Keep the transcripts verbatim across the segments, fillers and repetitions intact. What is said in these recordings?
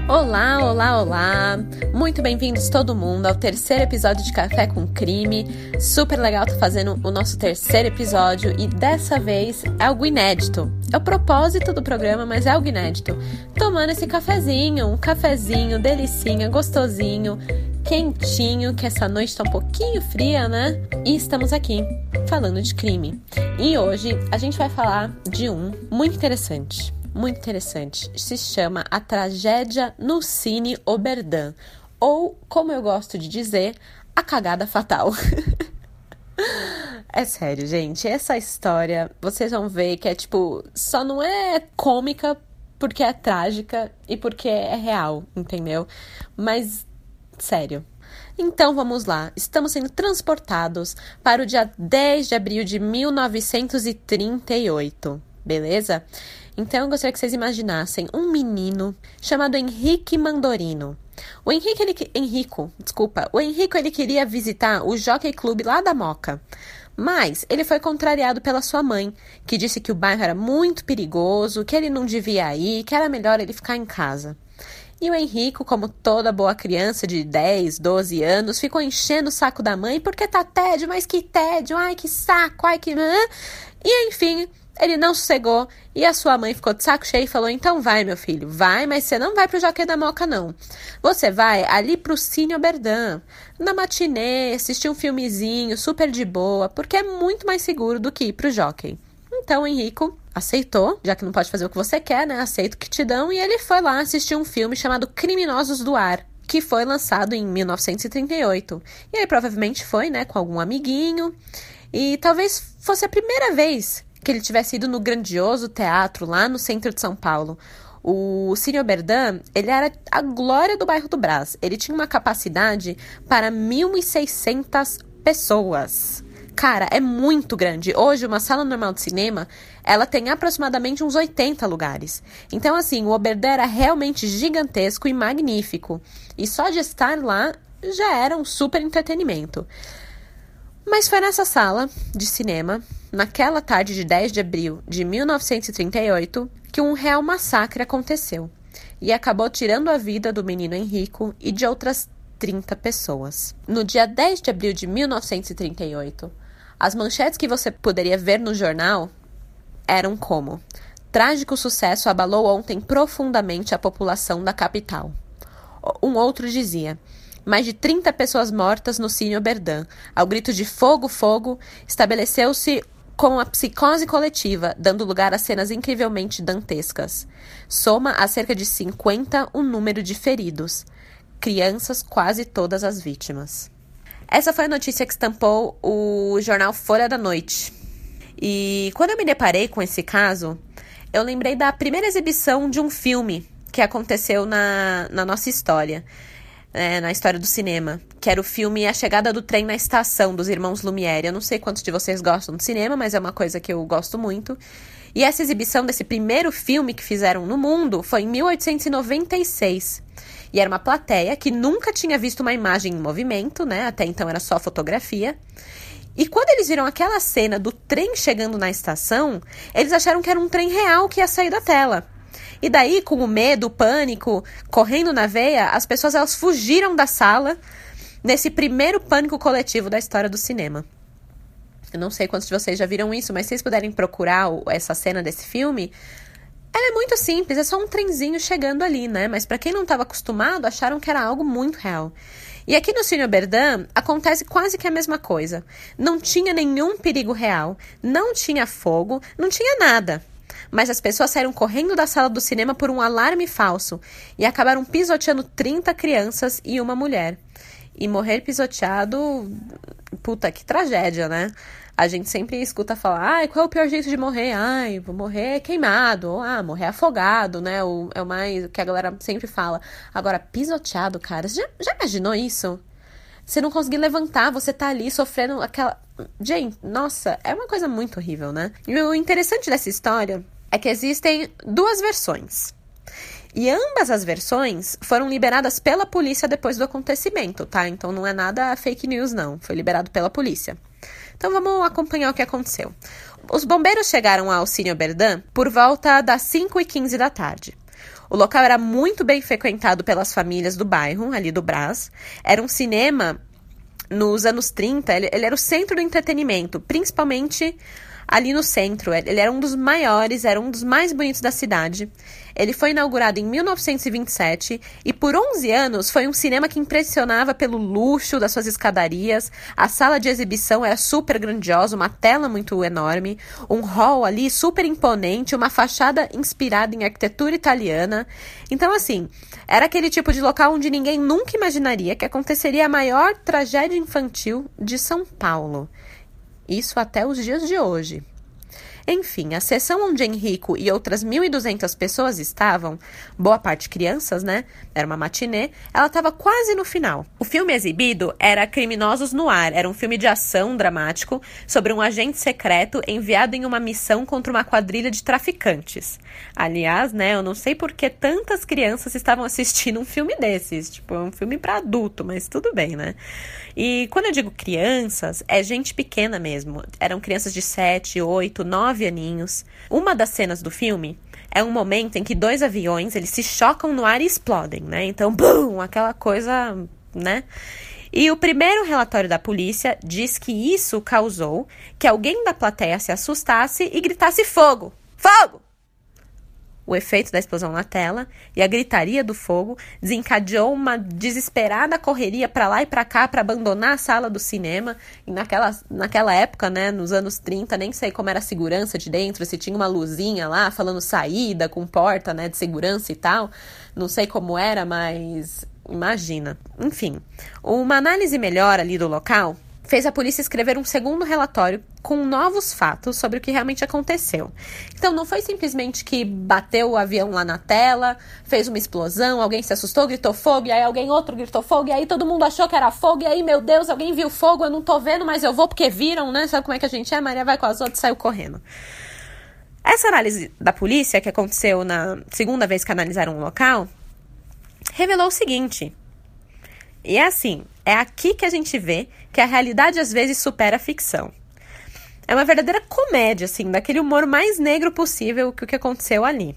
Olá, olá, olá! Muito bem-vindos todo mundo ao terceiro episódio de Café com Crime. Super legal tô fazendo o nosso terceiro episódio e dessa vez é algo inédito. É o propósito do programa, mas é algo inédito. Tomando esse cafezinho, um cafezinho, delicinha, gostosinho, quentinho, que essa noite tá um pouquinho fria, né? E estamos aqui falando de crime. E hoje a gente vai falar de um muito interessante. Muito interessante, se chama A Tragédia no Cine Oberdan, ou, como eu gosto de dizer, A Cagada Fatal. É sério, gente, essa história, vocês vão ver que é tipo, só não é cômica porque é trágica e porque é real, entendeu? Mas, sério. Então vamos lá, estamos sendo transportados para o dia dez de abril de mil novecentos e trinta e oito, beleza? Então, eu gostaria que vocês imaginassem um menino chamado Henrique Mandorino. O Henrique, ele, Henrico, desculpa, o Henrico, ele queria visitar o Jockey Club lá da Moca. Mas ele foi contrariado pela sua mãe, que disse que o bairro era muito perigoso, que ele não devia ir, que era melhor ele ficar em casa. E o Henrico, como toda boa criança de dez, doze anos, ficou enchendo o saco da mãe, porque tá tédio, mas que tédio, ai que saco, ai que... E enfim... Ele não sossegou e a sua mãe ficou de saco cheio e falou, então vai, meu filho, vai, mas você não vai pro Jockey da Moca, não. Você vai ali pro Cine Oberdan, na matinê, assistir um filmezinho super de boa, porque é muito mais seguro do que ir pro Jockey. Então, o Henrico aceitou, já que não pode fazer o que você quer, né? Aceita o que te dão, e ele foi lá assistir um filme chamado Criminosos do Ar, que foi lançado em mil novecentos e trinta e oito. E ele provavelmente foi, né, com algum amiguinho, e talvez fosse a primeira vez que ele tivesse ido no grandioso teatro lá no centro de São Paulo. O Cine Oberdan, ele era a glória do bairro do Brás. Ele tinha uma capacidade para mil e seiscentas pessoas. Cara, é muito grande. Hoje, uma sala normal de cinema, ela tem aproximadamente uns oitenta lugares. Então, assim, o Oberdan era realmente gigantesco e magnífico. E só de estar lá já era um super entretenimento. Mas foi nessa sala de cinema, naquela tarde de dez de abril de mil novecentos e trinta e oito, que um real massacre aconteceu e acabou tirando a vida do menino Henrico e de outras trinta pessoas. No dia dez de abril de mil novecentos e trinta e oito, as manchetes que você poderia ver no jornal eram como: trágico sucesso abalou ontem profundamente a população da capital. Um outro dizia: mais de trinta pessoas mortas no Cine Oberdan. Ao grito de fogo, fogo, estabeleceu-se com a psicose coletiva, dando lugar a cenas incrivelmente dantescas. Soma a cerca de cinquenta o número de feridos. Crianças, quase todas as vítimas. Essa foi a notícia que estampou o jornal Folha da Noite. E quando eu me deparei com esse caso, eu lembrei da primeira exibição de um filme que aconteceu na, na nossa história. É, na história do cinema, que era o filme A Chegada do Trem na Estação, dos irmãos Lumière. Eu não sei quantos de vocês gostam de cinema, mas é uma coisa que eu gosto muito. E essa exibição desse primeiro filme que fizeram no mundo foi em mil oitocentos e noventa e seis. E era uma plateia que nunca tinha visto uma imagem em movimento, né? Até então era só fotografia. E quando eles viram aquela cena do trem chegando na estação, eles acharam que era um trem real que ia sair da tela. E daí, com o medo, o pânico, correndo na veia, as pessoas elas fugiram da sala nesse primeiro pânico coletivo da história do cinema. Eu não sei quantos de vocês já viram isso, mas se vocês puderem procurar essa cena desse filme, ela é muito simples, é só um trenzinho chegando ali, né? Mas para quem não estava acostumado, acharam que era algo muito real. E aqui no Cine Oberdan acontece quase que a mesma coisa. Não tinha nenhum perigo real, não tinha fogo, não tinha nada. Mas as pessoas saíram correndo da sala do cinema por um alarme falso e acabaram pisoteando trinta crianças e uma mulher. E morrer pisoteado, puta, que tragédia, né? A gente sempre escuta falar, ai, qual é o pior jeito de morrer? Ai, vou morrer queimado, ou ah, morrer afogado, né? O, é o mais que a galera sempre fala. Agora, pisoteado, cara, você já, já imaginou isso? Você não conseguir levantar, você tá ali sofrendo aquela... Gente, nossa, é uma coisa muito horrível, né? E o interessante dessa história é que existem duas versões. E ambas as versões foram liberadas pela polícia depois do acontecimento, tá? Então não é nada fake news, não. Foi liberado pela polícia. Então vamos acompanhar o que aconteceu. Os bombeiros chegaram ao Cine Oberdan por volta das cinco e quinze da tarde. O local era muito bem frequentado pelas famílias do bairro, ali do Brás. Era um cinema, nos anos trinta, ele, ele era o centro do entretenimento, principalmente ali no centro. Ele era um dos maiores, era um dos mais bonitos da cidade. Ele foi inaugurado em mil novecentos e vinte e sete e por onze anos foi um cinema que impressionava pelo luxo das suas escadarias. A sala de exibição era super grandiosa, uma tela muito enorme, um hall ali super imponente, uma fachada inspirada em arquitetura italiana. Então, assim, era aquele tipo de local onde ninguém nunca imaginaria que aconteceria a maior tragédia infantil de São Paulo. Isso até os dias de hoje. Enfim, a sessão onde Henrico e outras mil e duzentas pessoas estavam, boa parte crianças, né? Era uma matinê, ela estava quase no final. O filme exibido era Criminosos no Ar, era um filme de ação dramático sobre um agente secreto enviado em uma missão contra uma quadrilha de traficantes. Aliás, né, eu não sei por que tantas crianças estavam assistindo um filme desses, tipo, é um filme para adulto, mas tudo bem, né? E quando eu digo crianças, é gente pequena mesmo. Eram crianças de sete, oito, nove aninhos. Uma das cenas do filme é um momento em que dois aviões, eles se chocam no ar e explodem, né? Então, bum, aquela coisa, né? E o primeiro relatório da polícia diz que isso causou que alguém da plateia se assustasse e gritasse fogo! Fogo! O efeito da explosão na tela e a gritaria do fogo desencadeou uma desesperada correria para lá e para cá para abandonar a sala do cinema. E naquela, naquela época, né, nos anos trinta, nem sei como era a segurança de dentro, se tinha uma luzinha lá falando saída com porta, né, de segurança e tal. Não sei como era, mas imagina. Enfim, uma análise melhor ali do local fez a polícia escrever um segundo relatório com novos fatos sobre o que realmente aconteceu. Então, não foi simplesmente que bateu o avião lá na tela, fez uma explosão, alguém se assustou, gritou fogo, e aí alguém outro gritou fogo, e aí todo mundo achou que era fogo, e aí, meu Deus, alguém viu fogo, eu não tô vendo, mas eu vou porque viram, né? Sabe como é que a gente é? Maria vai com as outras e saiu correndo. Essa análise da polícia, que aconteceu na segunda vez que analisaram o local, revelou o seguinte... E é assim, é aqui que a gente vê que a realidade às vezes supera a ficção. É uma verdadeira comédia, assim, daquele humor mais negro possível que o que aconteceu ali.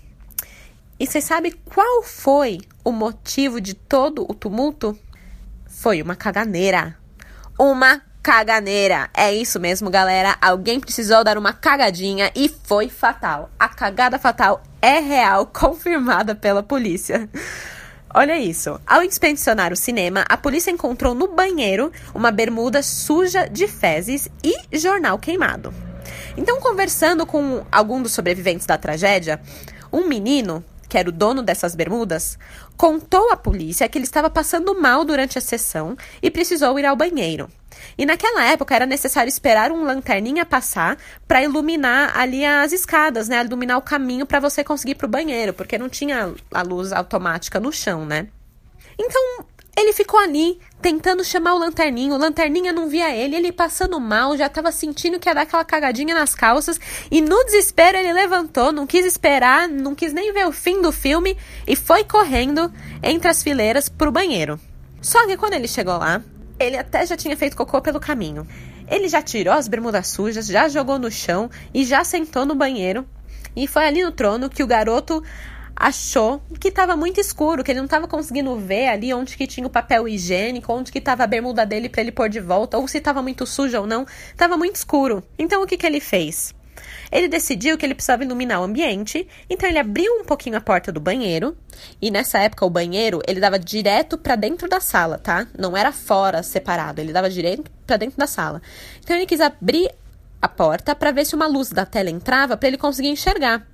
E você sabe qual foi o motivo de todo o tumulto? Foi uma caganeira. Uma caganeira. É isso mesmo, galera. Alguém precisou dar uma cagadinha e foi fatal. A cagada fatal é real, confirmada pela polícia. Olha isso. Ao inspecionar o cinema, a polícia encontrou no banheiro uma bermuda suja de fezes e jornal queimado. Então, conversando com algum dos sobreviventes da tragédia, um menino, que era o dono dessas bermudas, contou à polícia que ele estava passando mal durante a sessão e precisou ir ao banheiro. E naquela época era necessário esperar um lanterninha passar para iluminar ali as escadas, né? Iluminar o caminho para você conseguir ir pro banheiro, porque não tinha a luz automática no chão, né? Então, ele ficou ali tentando chamar o lanterninho, o lanterninha não via ele, ele passando mal, já estava sentindo que ia dar aquela cagadinha nas calças, e no desespero ele levantou, não quis esperar, não quis nem ver o fim do filme, e foi correndo entre as fileiras pro banheiro. Só que quando ele chegou lá, ele até já tinha feito cocô pelo caminho. Ele já tirou as bermudas sujas, já jogou no chão e já sentou no banheiro. E foi ali no trono que o garoto achou que estava muito escuro, que ele não estava conseguindo ver ali onde que tinha o papel higiênico, onde que estava a bermuda dele para ele pôr de volta, ou se estava muito suja ou não. Estava muito escuro. Então o que que ele fez? Ele decidiu que ele precisava iluminar o ambiente, então ele abriu um pouquinho a porta do banheiro, e nessa época o banheiro, ele dava direto pra dentro da sala, tá? Não era fora, separado, ele dava direto pra dentro da sala. Então ele quis abrir a porta pra ver se uma luz da tela entrava pra ele conseguir enxergar.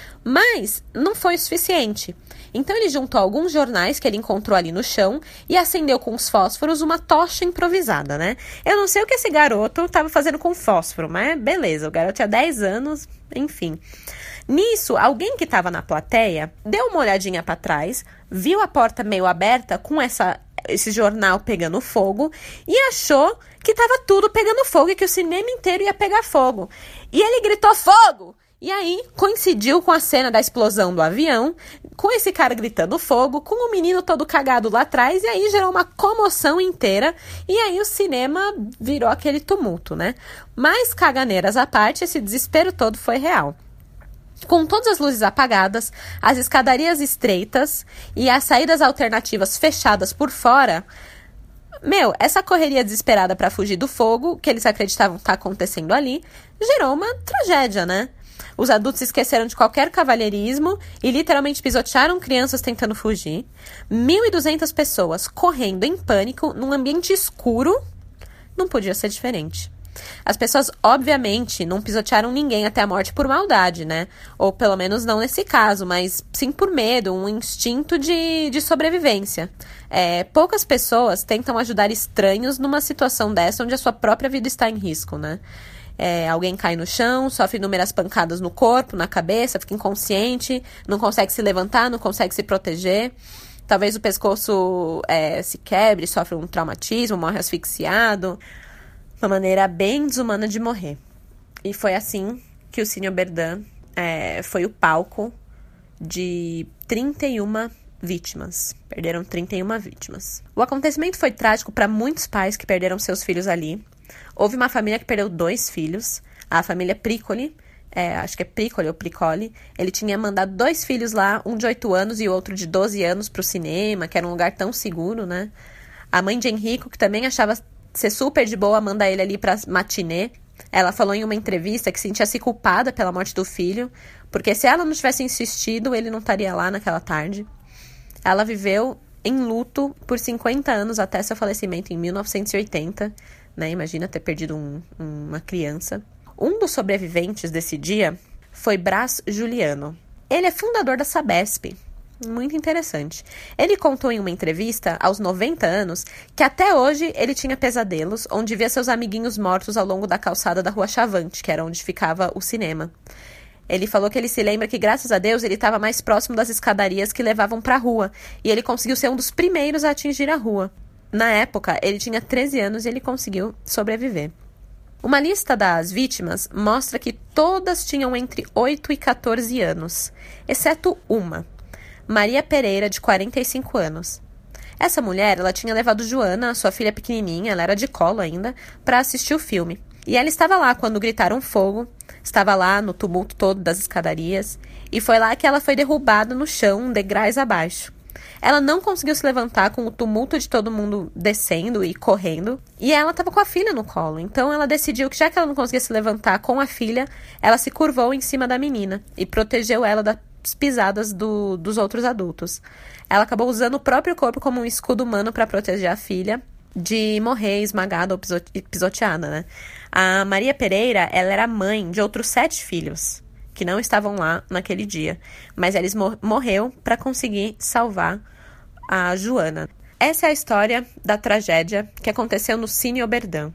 Mas não foi o suficiente. Então ele juntou alguns jornais que ele encontrou ali no chão e acendeu com os fósforos uma tocha improvisada, né? Eu não sei o que esse garoto estava fazendo com fósforo, mas beleza, o garoto tinha dez anos, enfim. Nisso, alguém que estava na plateia deu uma olhadinha para trás, viu a porta meio aberta com essa, esse jornal pegando fogo e achou que estava tudo pegando fogo e que o cinema inteiro ia pegar fogo. E ele gritou fogo! E aí, coincidiu com a cena da explosão do avião, com esse cara gritando fogo, com o menino todo cagado lá atrás, e aí gerou uma comoção inteira, e aí o cinema virou aquele tumulto, né? Mas, caganeiras à parte, esse desespero todo foi real. Com todas as luzes apagadas, as escadarias estreitas e as saídas alternativas fechadas por fora, meu, essa correria desesperada para fugir do fogo, que eles acreditavam estar acontecendo ali, gerou uma tragédia, né? Os adultos esqueceram de qualquer cavalheirismo e literalmente pisotearam crianças tentando fugir. mil e duzentas pessoas correndo em pânico num ambiente escuro. Não podia ser diferente. As pessoas, obviamente, não pisotearam ninguém até a morte por maldade, né? Ou pelo menos não nesse caso, mas sim por medo, um instinto de, de sobrevivência. É, poucas pessoas tentam ajudar estranhos numa situação dessa onde a sua própria vida está em risco, né? É, alguém cai no chão, sofre inúmeras pancadas no corpo, na cabeça, fica inconsciente, não consegue se levantar, não consegue se proteger. Talvez o pescoço é, se quebre, sofre um traumatismo, morre asfixiado. Uma maneira bem desumana de morrer. E foi assim que o Cine Oberdan é, foi o palco de trinta e uma vítimas. Perderam trinta e uma vítimas. O acontecimento foi trágico para muitos pais que perderam seus filhos ali. Houve uma família que perdeu dois filhos. A família Pricoli, é, acho que é Pricoli ou Pricoli. Ele tinha mandado dois filhos lá, um de oito anos e o outro de doze anos, para o cinema, que era um lugar tão seguro, né? A mãe de Henrico, que também achava ser super de boa, manda ele ali pra matinê. Ela falou em uma entrevista que sentia-se culpada pela morte do filho, porque se ela não tivesse insistido, ele não estaria lá naquela tarde. Ela viveu em luto por cinquenta anos até seu falecimento em mil novecentos e oitenta, né? Imagina ter perdido um, uma criança. Um dos sobreviventes desse dia foi Brás Juliano. Ele é fundador da Sabesp. Muito interessante. Ele contou em uma entrevista, aos noventa anos, que até hoje ele tinha pesadelos, onde via seus amiguinhos mortos ao longo da calçada da Rua Chavante, que era onde ficava o cinema. Ele falou que ele se lembra que, graças a Deus, ele estava mais próximo das escadarias que levavam para a rua, e ele conseguiu ser um dos primeiros a atingir a rua. Na época, ele tinha treze anos e ele conseguiu sobreviver. Uma lista das vítimas mostra que todas tinham entre oito e quatorze anos, exceto uma, Maria Pereira, de quarenta e cinco anos. Essa mulher, ela tinha levado Joana, sua filha pequenininha, ela era de colo ainda, para assistir o filme. E ela estava lá quando gritaram fogo, estava lá no tumulto todo das escadarias, e foi lá que ela foi derrubada no chão, degraus abaixo. Ela não conseguiu se levantar com o tumulto de todo mundo descendo e correndo, e ela estava com a filha no colo. Então ela decidiu que, já que ela não conseguia se levantar com a filha, ela se curvou em cima da menina e protegeu ela da pisadas do, dos outros adultos. Ela acabou usando o próprio corpo como um escudo humano para proteger a filha de morrer esmagada ou pisoteada, né? A Maria Pereira, ela era mãe de outros sete filhos que não estavam lá naquele dia, mas eles mor- morreu para conseguir salvar a Joana. Essa é a história da tragédia que aconteceu no Cine Oberdan.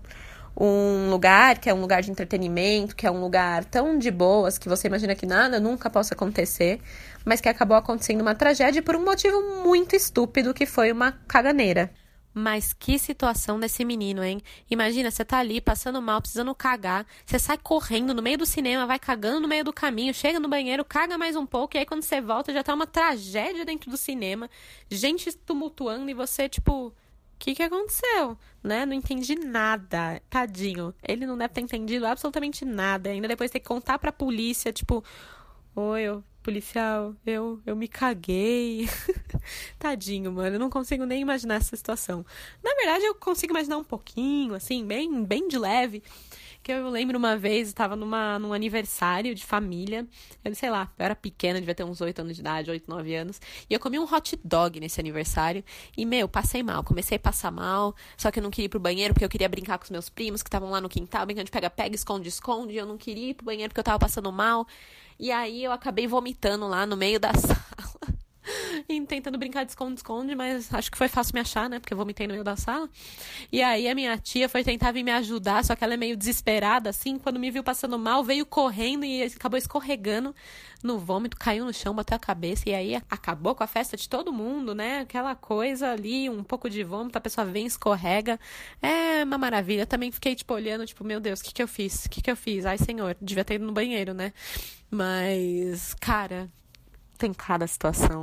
Um lugar que é um lugar de entretenimento, que é um lugar tão de boas, que você imagina que nada nunca possa acontecer, mas que acabou acontecendo uma tragédia por um motivo muito estúpido, que foi uma caganeira. Mas que situação desse menino, hein? Imagina, você tá ali passando mal, precisando cagar, você sai correndo no meio do cinema, vai cagando no meio do caminho, chega no banheiro, caga mais um pouco, e aí quando você volta já tá uma tragédia dentro do cinema, gente tumultuando e você, tipo... O que que aconteceu? Né? Não entendi nada. Tadinho. Ele não deve ter entendido absolutamente nada. Ainda depois ter que contar pra polícia, tipo... Oi, eu, policial, eu, eu me caguei. Tadinho, mano. Eu não consigo nem imaginar essa situação. Na verdade, eu consigo imaginar um pouquinho, assim, bem, bem de leve. Que eu lembro uma vez, eu tava numa, num aniversário de família. Eu sei lá, eu era pequena, devia ter uns oito anos de idade, oito, nove anos. E eu comi um hot dog nesse aniversário. E, meu, passei mal. Comecei a passar mal. Só que eu não queria ir pro banheiro porque eu queria brincar com os meus primos que estavam lá no quintal, brincando de pega-pega, esconde-esconde. E eu não queria ir pro banheiro porque eu tava passando mal. E aí eu acabei vomitando lá no meio da sala. E tentando brincar de esconde-esconde, mas acho que foi fácil me achar, né? Porque eu vomitei no meio da sala. E aí a minha tia foi tentar vir me ajudar, só que ela é meio desesperada, assim. Quando me viu passando mal, veio correndo e acabou escorregando no vômito, caiu no chão, bateu a cabeça. E aí acabou com a festa de todo mundo, né? Aquela coisa ali, um pouco de vômito, a pessoa vem e escorrega. É uma maravilha. Eu também fiquei, tipo, olhando, tipo, meu Deus, o que que eu fiz? O que que eu fiz? Ai, senhor, devia ter ido no banheiro, né? Mas, cara... Tem cada situação,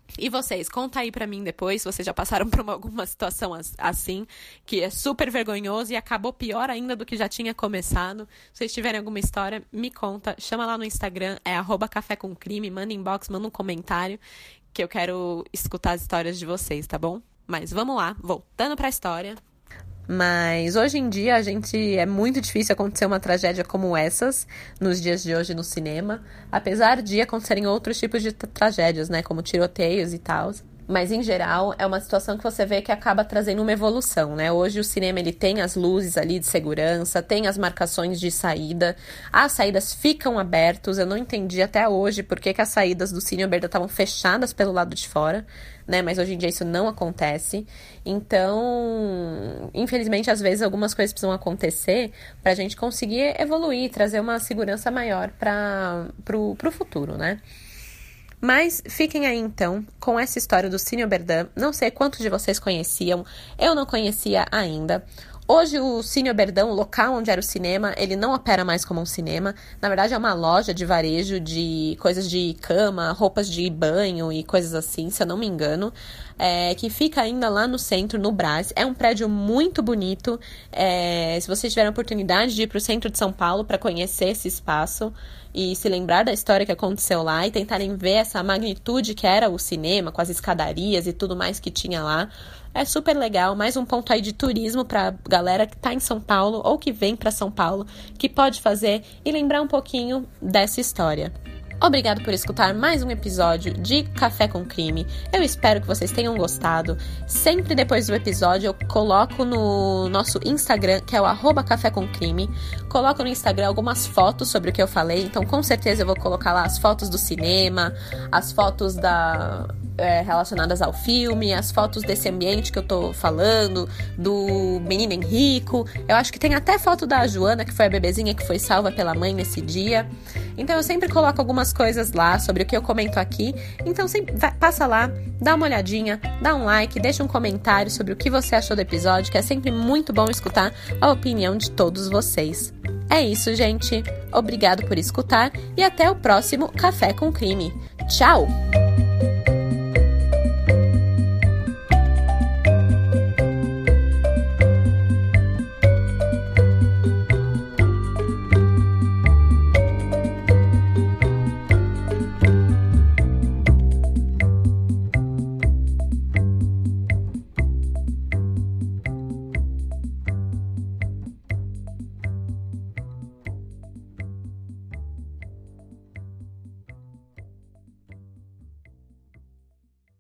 E vocês, conta aí pra mim depois, se vocês já passaram por uma, alguma situação assim, que é super vergonhoso e acabou pior ainda do que já tinha começado. Se vocês tiverem alguma história, me conta, chama lá no Instagram, é arroba café com crime, manda inbox, manda um comentário, que eu quero escutar as histórias de vocês, tá bom? Mas vamos lá, voltando pra história. Mas hoje em dia a gente é muito difícil acontecer uma tragédia como essas nos dias de hoje no cinema, apesar de acontecerem outros tipos de t- tragédias, né, como tiroteios e tal. Mas em geral é uma situação que você vê que acaba trazendo uma evolução, né? Hoje o cinema ele tem as luzes ali de segurança, tem as marcações de saída, as saídas ficam abertas. Eu não entendi até hoje por que, que as saídas do Cine Oberdan estavam fechadas pelo lado de fora, né? Mas hoje em dia isso não acontece. Então, infelizmente, às vezes algumas coisas precisam acontecer pra gente conseguir evoluir, trazer uma segurança maior para pro, pro futuro, né? Mas fiquem aí então com essa história do Cine Oberdan. Não sei quantos de vocês conheciam, eu não conhecia ainda. Hoje o Cine Oberdan, o local onde era o cinema, ele não opera mais como um cinema. Na verdade é uma loja de varejo de coisas de cama, roupas de banho e coisas assim, se eu não me engano. É, que fica ainda lá no centro, no Brás. É um prédio muito bonito. É, se vocês tiverem a oportunidade de ir para o centro de São Paulo para conhecer esse espaço e se lembrar da história que aconteceu lá e tentarem ver essa magnitude que era o cinema, com as escadarias e tudo mais que tinha lá, é super legal. Mais um ponto aí de turismo pra galera que tá em São Paulo ou que vem pra São Paulo, que pode fazer e lembrar um pouquinho dessa história. Obrigado por escutar mais um episódio de Café com Crime. Eu espero que vocês tenham gostado. Sempre depois do episódio eu coloco no nosso Instagram, que é o arroba Café com Crime. Coloco no Instagram algumas fotos sobre o que eu falei. Então com certeza eu vou colocar lá as fotos do cinema, as fotos da... É, relacionadas ao filme, as fotos desse ambiente que eu tô falando, do menino Henrico. Eu acho que tem até foto da Joana, que foi a bebezinha que foi salva pela mãe nesse dia. Então eu sempre coloco algumas coisas lá sobre o que eu comento aqui. Então sempre vai, passa lá, dá uma olhadinha, dá um like, deixa um comentário sobre o que você achou do episódio, que é sempre muito bom escutar a opinião de todos vocês. É isso, gente. Obrigado por escutar e até o próximo Café com Crime. Tchau!